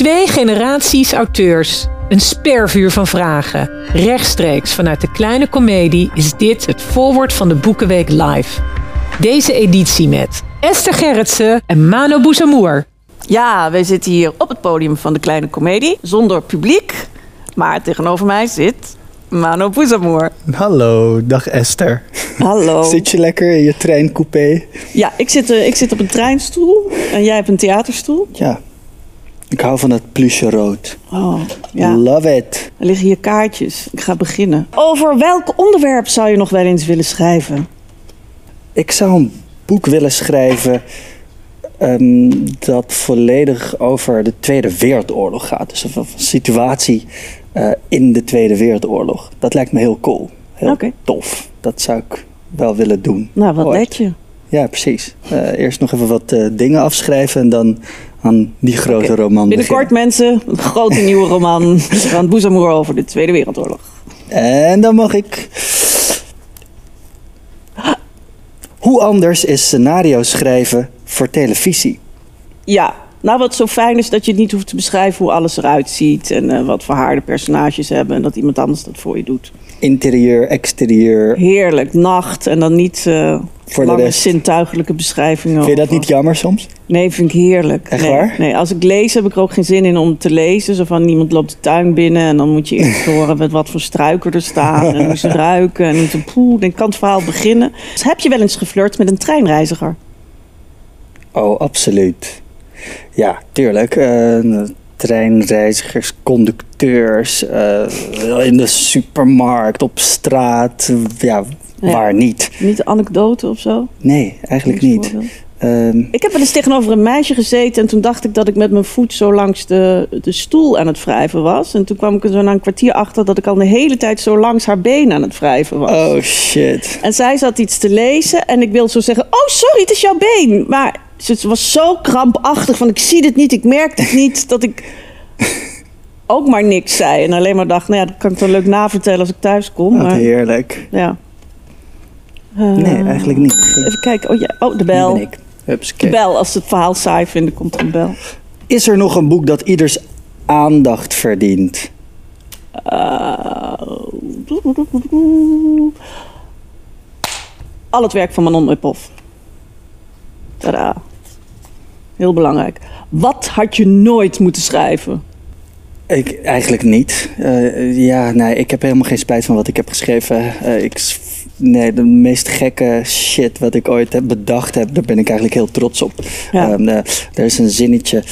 2 generaties auteurs. Een spervuur van vragen. Rechtstreeks vanuit de kleine komedie is dit het voorwoord van de Boekenweek Live. Deze editie met Esther Gerritsen en Mano Bouzamour. Ja, wij zitten hier op het podium van de kleine komedie. Zonder publiek. Maar tegenover mij zit Mano Bouzamour. Hallo, dag Esther. Hallo. Zit je lekker in je treincoupé? Ja, ik zit op een treinstoel en jij hebt een theaterstoel. Ja. Ik hou van het pluche rood. Oh, ja. Love it. Er liggen hier kaartjes. Ik ga beginnen. Over welk onderwerp zou je nog wel eens willen schrijven? Ik zou een boek willen schrijven dat volledig over de Tweede Wereldoorlog gaat. Dus een situatie in de Tweede Wereldoorlog. Dat lijkt me heel cool. Heel tof. Dat zou ik wel willen doen. Nou, wat let je. Ja, precies. Eerst nog even wat dingen afschrijven en dan aan die grote roman Binnenkort beginnen. mensen, een grote nieuwe roman van Bouzamour over de Tweede Wereldoorlog. En dan mag ik... Hoe anders is scenario schrijven voor televisie? Ja, nou wat zo fijn is dat je niet hoeft te beschrijven hoe alles eruit ziet en wat voor haar de personages hebben en dat iemand anders dat voor je doet. Interieur, exterieur. Heerlijk, nacht en dan niet voor lange de rest. zintuigelijke beschrijvingen. Vind je dat niet jammer soms? Nee, vind ik heerlijk. Echt waar? Nee, als ik lees heb ik er ook geen zin in om te lezen. Zo van iemand loopt de tuin binnen en dan moet je eerst horen met wat voor struiken er staan en hoe ze ruiken en dan kan het verhaal beginnen. Dus heb je wel eens geflirt met een treinreiziger? Oh, absoluut. Ja, tuurlijk. Treinreizigers, conducteurs, in de supermarkt, op straat. Ja, waar niet? Niet een anekdote of zo? Nee, eigenlijk niet. Ik heb wel eens tegenover een meisje gezeten en toen dacht ik dat ik met mijn voet zo langs de stoel aan het wrijven was. En toen kwam ik er zo na een kwartier achter dat ik al de hele tijd zo langs haar been aan het wrijven was. Oh shit. En zij zat iets te lezen en ik wilde zo zeggen, oh sorry, het is jouw been. Maar ze was zo krampachtig van ik zie het niet, ik merk het niet, dat ik ook maar niks zei. En alleen maar dacht, nou ja, dat kan ik dan leuk navertellen als ik thuis kom. Wat heerlijk. Ja. Nee, eigenlijk niet. Even kijken, de bel. Ben ik. De bel, als ze het verhaal saai vinden, komt er een bel. Is er nog een boek dat ieders aandacht verdient? Al het werk van Manon Uphoff. Tadaa. Heel belangrijk. Wat had je nooit moeten schrijven? Eigenlijk niet. Ik heb helemaal geen spijt van wat ik heb geschreven. De meest gekke shit wat ik ooit heb bedacht heb, daar ben ik eigenlijk heel trots op. Ja. Er is een zinnetje.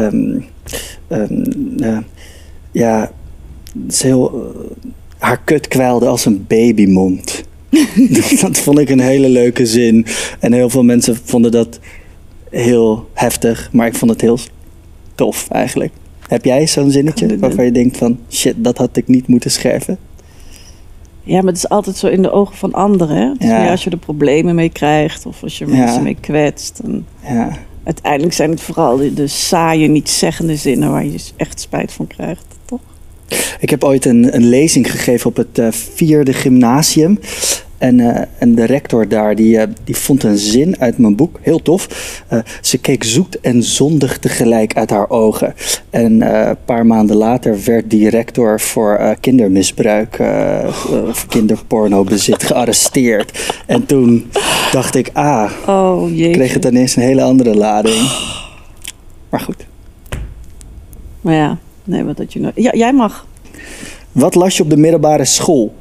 Het is heel... haar kut kwijlde als een babymond. Dat vond ik een hele leuke zin. En heel veel mensen vonden dat heel heftig, maar ik vond het heel tof eigenlijk. Heb jij zo'n zinnetje waarvan je denkt van shit, dat had ik niet moeten schrijven? Ja, maar het is altijd zo in de ogen van anderen. Hè? Het is meer als je er problemen mee krijgt of als je mensen mee kwetst. En uiteindelijk zijn het vooral de saaie, niet-zeggende zinnen waar je echt spijt van krijgt, toch? Ik heb ooit een lezing gegeven op het 4e gymnasium. En de rector daar, die vond een zin uit mijn boek, heel tof. Ze keek zoet en zondig tegelijk uit haar ogen. En een paar maanden later werd die rector voor kindermisbruik, of kinderpornobezit gearresteerd. En toen dacht ik, kreeg het ineens een hele andere lading. Maar goed. Maar ja, nee, wat had je nou? Ja, jij mag. Wat las je op de middelbare school?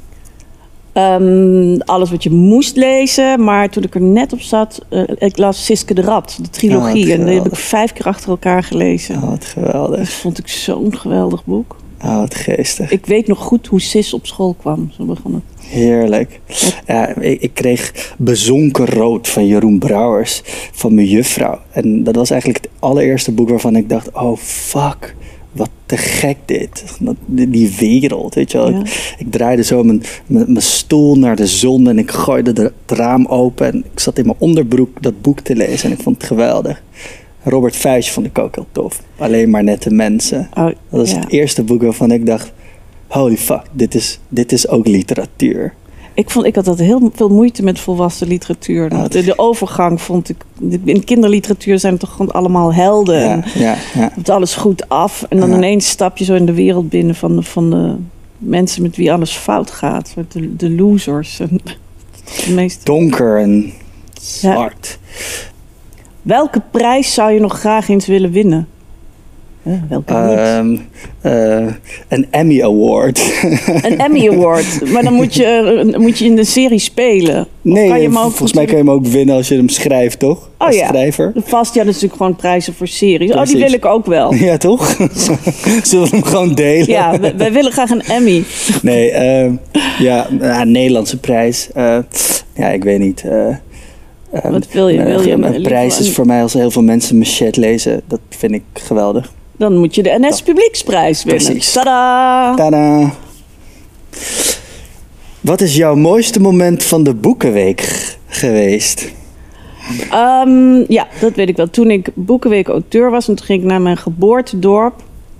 Alles wat je moest lezen, maar toen ik er net op zat, ik las Siske de Rat, de trilogie. En die heb ik 5 keer achter elkaar gelezen. Oh, wat geweldig. Dat vond ik zo'n geweldig boek. Oh, wat geestig. Ik weet nog goed hoe Sis op school kwam. Zo begon het. Heerlijk. Ja, ik kreeg Bezonken Rood van Jeroen Brouwers van mijn juffrouw. En dat was eigenlijk het allereerste boek waarvan ik dacht, oh fuck. Wat te gek dit. Die wereld, weet je wel. Ja. Ik draaide zo mijn stoel naar de zon en ik gooide het raam open. En ik zat in mijn onderbroek dat boek te lezen en ik vond het geweldig. Robert Fuijs vond ik ook heel tof. Alleen maar nette mensen. Dat was het eerste boek waarvan ik dacht, holy fuck, dit is ook literatuur. Ik had heel veel moeite met volwassen literatuur. De overgang vond ik... In kinderliteratuur zijn het toch gewoon allemaal helden. Ja. Het alles goed af. En dan ineens stap je zo in de wereld binnen van de mensen met wie alles fout gaat. De losers. En de meeste... Donker en zwart. Ja. Welke prijs zou je nog graag eens willen winnen? Welke niet? Een Emmy Award. Een Emmy Award. Maar dan moet je in de serie spelen. Nee, kan je hem ook volgens mij kan je hem ook winnen als je hem schrijft, toch? Als schrijver. Vast, dat is natuurlijk gewoon prijzen voor series. Precies. Die wil ik ook wel. Ja, toch? Zullen we hem gewoon delen? Ja, wij willen graag een Emmy. Nee, Nederlandse prijs. Ik weet niet. Wat wil je? Een prijs is voor mij als heel veel mensen mijn shit lezen. Dat vind ik geweldig. Dan moet je de NS Publieksprijs winnen. Precies. Tadaa! Tadaa! Wat is jouw mooiste moment van de Boekenweek geweest? Dat weet ik wel. Toen ik Boekenweek auteur was, en toen ging ik naar mijn geboortedorp.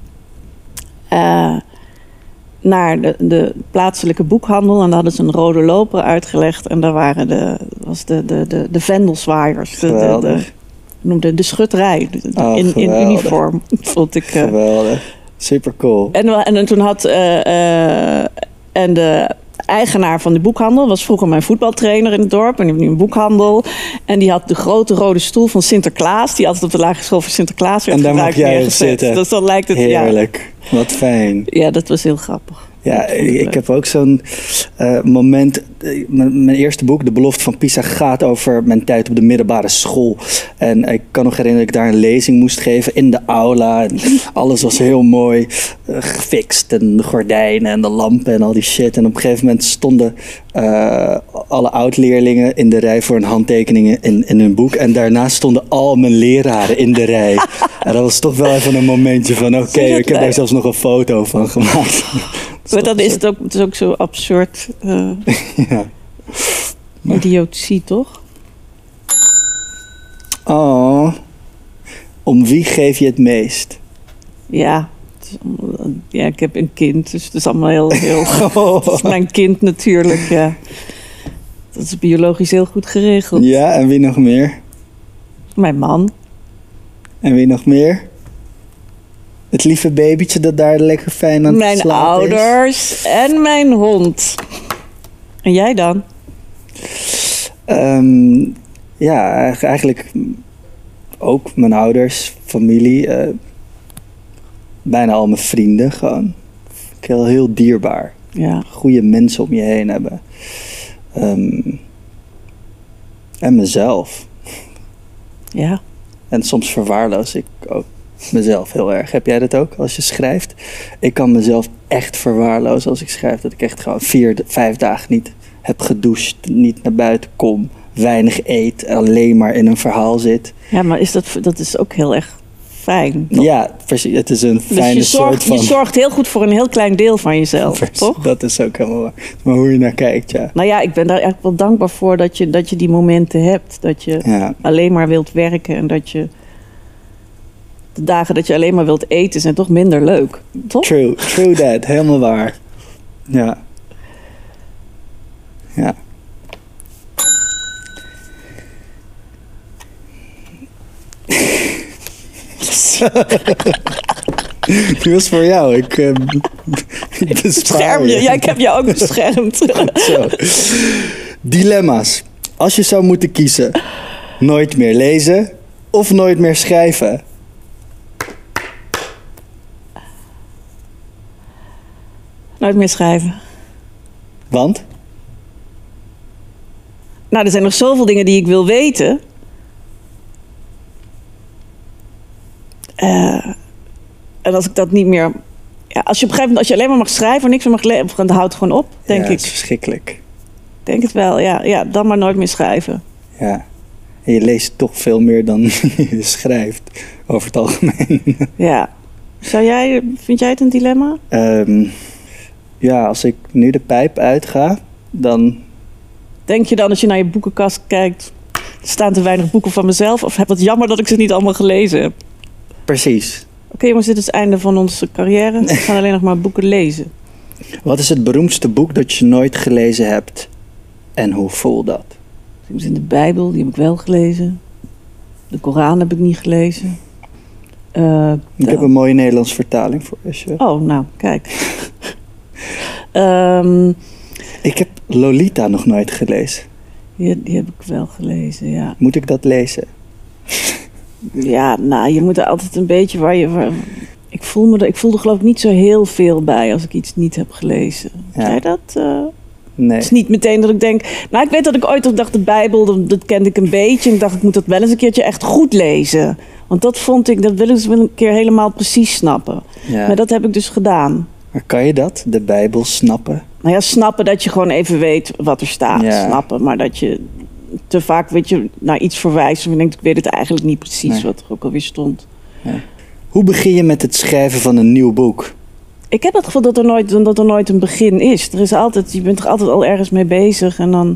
Naar de plaatselijke boekhandel. En daar hadden ze een rode loper uitgelegd. En daar waren de vendelzwaaiers. De schutterij. In uniform. Vond ik... Geweldig. Super cool. En toen had... en de eigenaar van de boekhandel was vroeger mijn voetbaltrainer in het dorp. En die heeft nu een boekhandel. En die had de grote rode stoel van Sinterklaas. Die altijd op de lagere school voor Sinterklaas werd gebruikt. En daar mag jij op zitten. Dus dan lijkt het... Heerlijk. Ja. Wat fijn. Ja, dat was heel grappig. Ja, ik heb ook zo'n moment. Mijn eerste boek, De Belofte van Pisa, gaat over mijn tijd op de middelbare school. En ik kan nog herinneren dat ik daar een lezing moest geven in de aula. En alles was heel mooi gefixt. En de gordijnen en de lampen en al die shit. En op een gegeven moment stonden alle oud-leerlingen in de rij voor een handtekening in hun boek. En daarna stonden al mijn leraren in de rij. En dat was toch wel even een momentje van oké, ik heb daar zelfs nog een foto van gemaakt. Maar dan is het is ook zo absurd. Ja. Idiotie, toch? Oh. Om wie geef je het meest? Ja. Ik heb een kind, dus het is allemaal heel dat is mijn kind natuurlijk, ja. Dat is biologisch heel goed geregeld. Ja, en wie nog meer? Mijn man. En wie nog meer? Het lieve babytje dat daar lekker fijn aan het slapen is. Mijn ouders en mijn hond. En jij dan? Eigenlijk ook mijn ouders, familie. Bijna al mijn vrienden gewoon. Ik heel dierbaar. Ja. Goede mensen om je heen hebben. En mezelf. Ja. En soms verwaarloos ik ook mezelf heel erg. Heb jij dat ook als je schrijft? Ik kan mezelf echt verwaarlozen als ik schrijf. Dat ik echt gewoon 4-5 dagen niet heb gedoucht. Niet naar buiten kom. Weinig eet. Alleen maar in een verhaal zit. Ja, maar dat is ook heel erg fijn. Ja, precies. Het is een fijne soort van... Je zorgt heel goed voor een heel klein deel van jezelf, toch? Dat is ook helemaal waar. Maar hoe je naar kijkt, ja. Nou ja, ik ben daar eigenlijk wel dankbaar voor dat je die momenten hebt. Dat je alleen maar wilt werken en dat je... De dagen dat je alleen maar wilt eten zijn toch minder leuk, toch? True that. Helemaal waar. Ja. Ja. Die was voor jou. Ik bescherm je. Ja, ik heb jou ook beschermd. Zo. Dilemma's. Als je zou moeten kiezen. Nooit meer lezen of nooit meer schrijven? Nooit meer schrijven. Want? Nou, er zijn nog zoveel dingen die ik wil weten. En als ik dat niet meer... Ja, als je op een gegeven moment, als je alleen maar mag schrijven... en niks meer mag lezen, dan houdt het gewoon op, denk ik. Ja, dat is verschrikkelijk. Denk het wel, ja. Dan maar nooit meer schrijven. Ja. En je leest toch veel meer dan je schrijft. Over het algemeen. Ja. Vind jij het een dilemma? Ja, als ik nu de pijp uitga, dan... Denk je dan als je naar je boekenkast kijkt... er staan te weinig boeken van mezelf... of wat jammer dat ik ze niet allemaal gelezen heb? Precies. Oké, jongens, dit is het einde van onze carrière. We gaan alleen nog maar boeken lezen. Wat is het beroemdste boek dat je nooit gelezen hebt? En hoe voelt dat? In de Bijbel, die heb ik wel gelezen. De Koran heb ik niet gelezen. Ik heb een mooie Nederlandse vertaling voor je. Oh, nou, kijk. Ik heb Lolita nog nooit gelezen. Die heb ik wel gelezen, ja. Moet ik dat lezen? Ja, nou, je moet er altijd een beetje ik voel er geloof ik niet zo heel veel bij als ik iets niet heb gelezen. Ja. Jij dat? Nee. Het is niet meteen dat ik denk... Nou, ik weet dat ik ooit ook dacht, de Bijbel, dat kende ik een beetje. En ik dacht, ik moet dat wel eens een keertje echt goed lezen. Want dat vond ik, dat wil ik dus wel een keer helemaal precies snappen. Ja. Maar dat heb ik dus gedaan. Maar kan je dat, de Bijbel, snappen? Nou ja, snappen dat je gewoon even weet wat er staat. Ja. Snappen, maar dat je te vaak naar iets verwijst. En je denkt, ik weet het eigenlijk niet precies wat er ook alweer stond. Ja. Hoe begin je met het schrijven van een nieuw boek? Ik heb het gevoel dat er nooit een begin is. Je bent er altijd al ergens mee bezig. En dan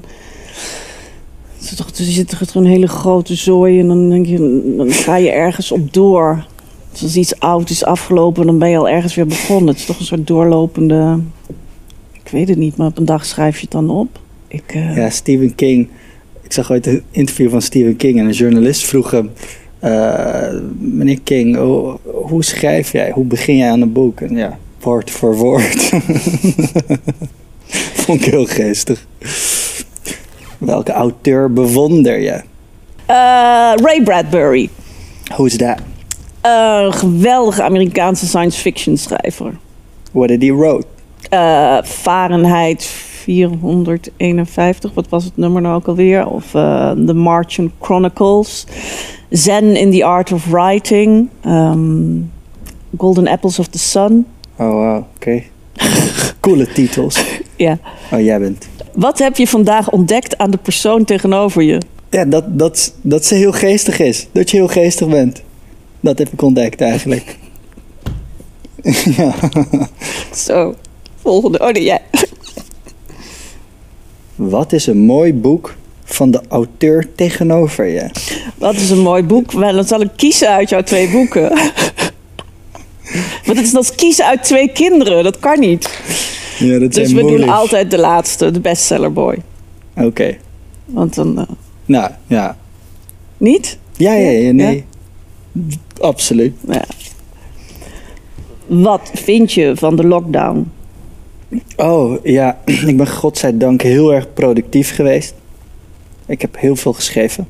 zit er een hele grote zooi. En dan denk je, dan ga je ergens op door. Dus als iets oud is afgelopen, dan ben je al ergens weer begonnen. Het is toch een soort doorlopende... Ik weet het niet, maar op een dag schrijf je het dan op. Ja, Stephen King. Ik zag ooit een interview van Stephen King. En een journalist vroeg hem... meneer King, hoe schrijf jij? Hoe begin jij aan een boek? En ja, woord voor woord. Vond ik heel geestig. Welke auteur bewonder je? Ray Bradbury. Hoe is dat? Een geweldige Amerikaanse science fiction schrijver. What did he wrote? Fahrenheit 451, wat was het nummer nou ook alweer? Of The Martian Chronicles. Zen in the Art of Writing. Golden Apples of the Sun. Oh, wow, oké. Coole titels. Ja. Oh, jij bent. Wat heb je vandaag ontdekt aan de persoon tegenover je? Ja, dat ze heel geestig is. Dat je heel geestig bent. Dat heb ik ontdekt eigenlijk. Ja. Zo, volgende. Oh nee, jij. Wat is een mooi boek van de auteur tegenover je? Wat is een mooi boek? Wel, dan zal ik kiezen uit jouw 2 boeken. Want het is als kiezen uit 2 kinderen. Dat kan niet. Ja, dat Dus we doen altijd de laatste, de bestseller boy. Oké. Want dan... Nou, ja. Niet? Ja, nee. Ja? Absoluut. Ja. Wat vind je van de lockdown? Oh, ja. Ik ben godzijdank heel erg productief geweest. Ik heb heel veel geschreven.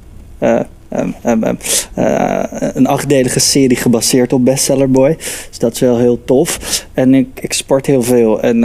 Een 8-delige serie gebaseerd op Bestseller Boy. Dus dat is wel heel tof. En ik sport heel veel. En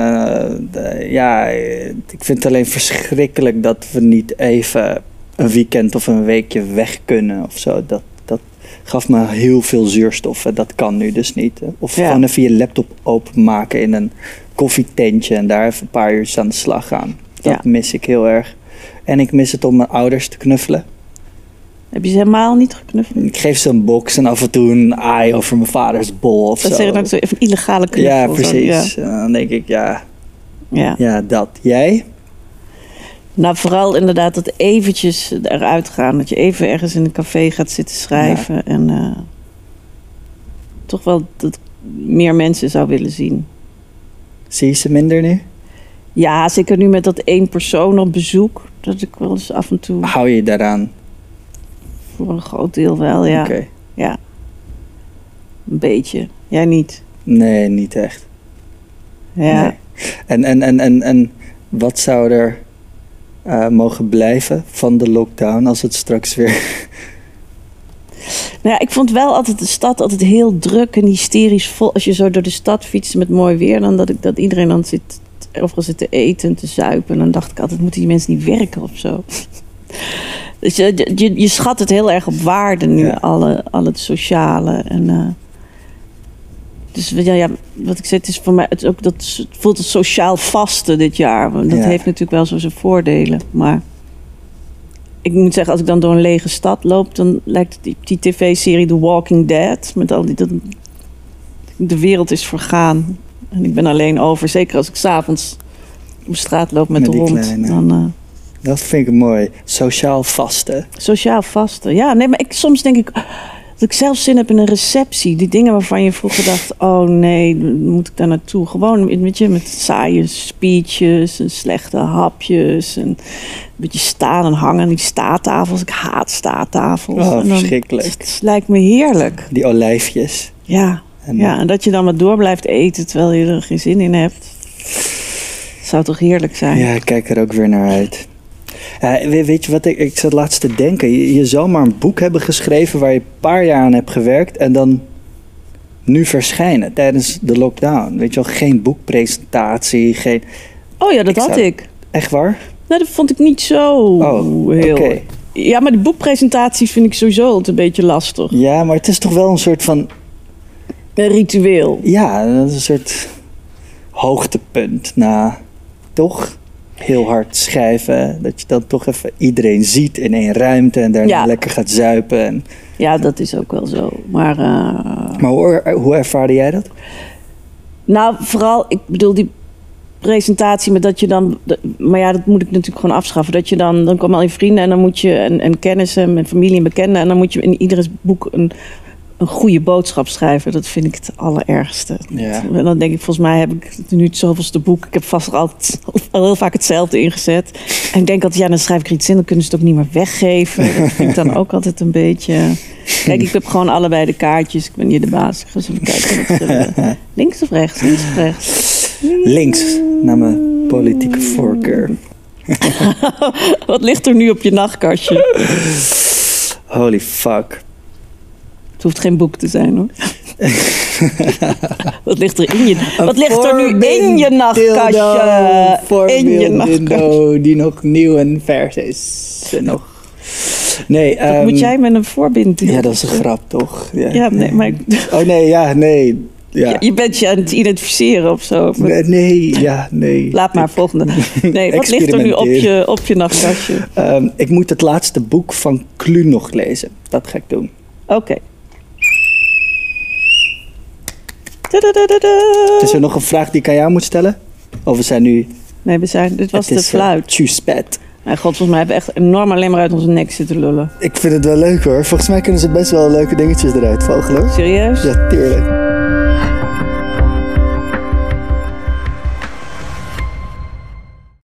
ik vind het alleen verschrikkelijk dat we niet even een weekend of een weekje weg kunnen of zo. Dat gaf me heel veel zuurstof. En dat kan nu dus niet. Of gewoon even je laptop openmaken in een koffietentje en daar even een paar uur aan de slag gaan. Dat mis ik heel erg. En ik mis het om mijn ouders te knuffelen. Heb je ze helemaal niet geknuffeld? Ik geef ze een box en af en toe een aai over mijn vaders bol of zo. Dat zeggen dan zo even illegale knuffel. Ja, precies. Ja. Dan denk ik, ja, dat. Jij? Nou, vooral inderdaad dat eventjes eruit gaan. Dat je even ergens in een café gaat zitten schrijven. Ja. En toch wel dat meer mensen zou willen zien. Zie je ze minder nu? Ja, zeker nu met dat 1 persoon op bezoek. Dat ik wel eens af en toe... Hou je daaraan? Voor een groot deel wel, ja. Okay. Ja. Een beetje. Jij niet? Nee, niet echt. Ja. Nee. En wat zou er mogen blijven van de lockdown als het straks weer... Nou ja, ik vond wel altijd de stad altijd heel druk en hysterisch vol. Als je zo door de stad fietst met mooi weer, dan dat iedereen dan overal zit te eten en te zuipen. En dan dacht ik altijd, moeten die mensen niet werken of zo? Dus je schat het heel erg op waarde nu, al het sociale. En, dus ja, wat ik zei, het is voor mij het voelt het sociaal vasten dit jaar. Dat heeft natuurlijk wel zo zijn voordelen. Maar ik moet zeggen, als ik dan door een lege stad loop, dan lijkt die tv-serie The Walking Dead. Met al de wereld is vergaan. En ik ben alleen over. Zeker als ik 's avonds op straat loop met de hond. Dan, dat vind ik mooi. Sociaal vasten. Sociaal vasten. Ja, nee, maar soms denk ik... Dat ik zelf zin heb in een receptie. Die dingen waarvan je vroeger dacht... oh nee, moet ik daar naartoe? Gewoon met saaie speeches en slechte hapjes. En een beetje staan en hangen aan die staattafels. Ik haat staattafels. Oh, verschrikkelijk. Het lijkt me heerlijk. Die olijfjes. Ja. En dat je dan maar door blijft eten terwijl je er geen zin in hebt. Zou toch heerlijk zijn? Ja, ik kijk er ook weer naar uit. Weet je wat, ik zat laatst te denken. Je zou maar een boek hebben geschreven waar je een paar jaar aan hebt gewerkt en dan nu verschijnen tijdens de lockdown. Weet je wel, geen boekpresentatie, geen... Oh ja, dat had ik. Echt waar? Nou, dat vond ik niet zo heel... Okay. Ja, maar de boekpresentaties vind ik sowieso altijd een beetje lastig. Ja, maar het is toch wel een soort van... Een ritueel. Ja, dat is een soort hoogtepunt na toch heel hard schrijven. Dat je dan toch even iedereen ziet in één ruimte en daarna lekker gaat zuipen. En... Ja, dat is ook wel zo. Maar hoe ervaarde jij dat? Nou, vooral, ik bedoel die presentatie met dat je dan... Maar ja, dat moet ik natuurlijk gewoon afschaffen. Dat je dan komen al je vrienden en dan moet je... En kennissen en familie en bekenden. En dan moet je in ieders boek een goede boodschap schrijven. Dat vind ik het allerergste. Ja. En dan denk ik, volgens mij heb ik nu het zoveelste boek. Ik heb vast al heel vaak hetzelfde ingezet. En ik denk altijd, dan schrijf ik er iets in. Dan kunnen ze het ook niet meer weggeven. Dat vind ik dan ook altijd een beetje... Kijk, ik heb gewoon allebei de kaartjes. Ik ben hier de baas. Ik ga eens even kijken. Links of rechts? Links of rechts? Links, naar mijn politieke voorkeur. Wat ligt er nu op je nachtkastje? Holy fuck. Het hoeft geen boek te zijn, hoor. Wat ligt er in Wat ligt er nu in je nachtkastje? In je nachtkastje. Die nog nieuw en vers is. Nog... Nee, dat moet jij met een voorbinddeel. Ja, dat is een grap, toch? Ja, nee, maar... Oh nee, nee. Ja. Je bent je aan het identificeren of zo. Nee. Laat maar, volgende. Nee, wat ligt er nu op je nachtkastje? Ik moet het laatste boek van Clue nog lezen. Dat ga ik doen. Oké. Is er nog een vraag die ik aan jou moet stellen? Of we zijn nu... Nee, dit was de fluit. Tjuspet. God, volgens mij hebben we echt enorm alleen maar uit onze nek zitten lullen. Ik vind het wel leuk hoor. Volgens mij kunnen ze best wel leuke dingetjes eruit vogelen. Serieus? Ja, tuurlijk.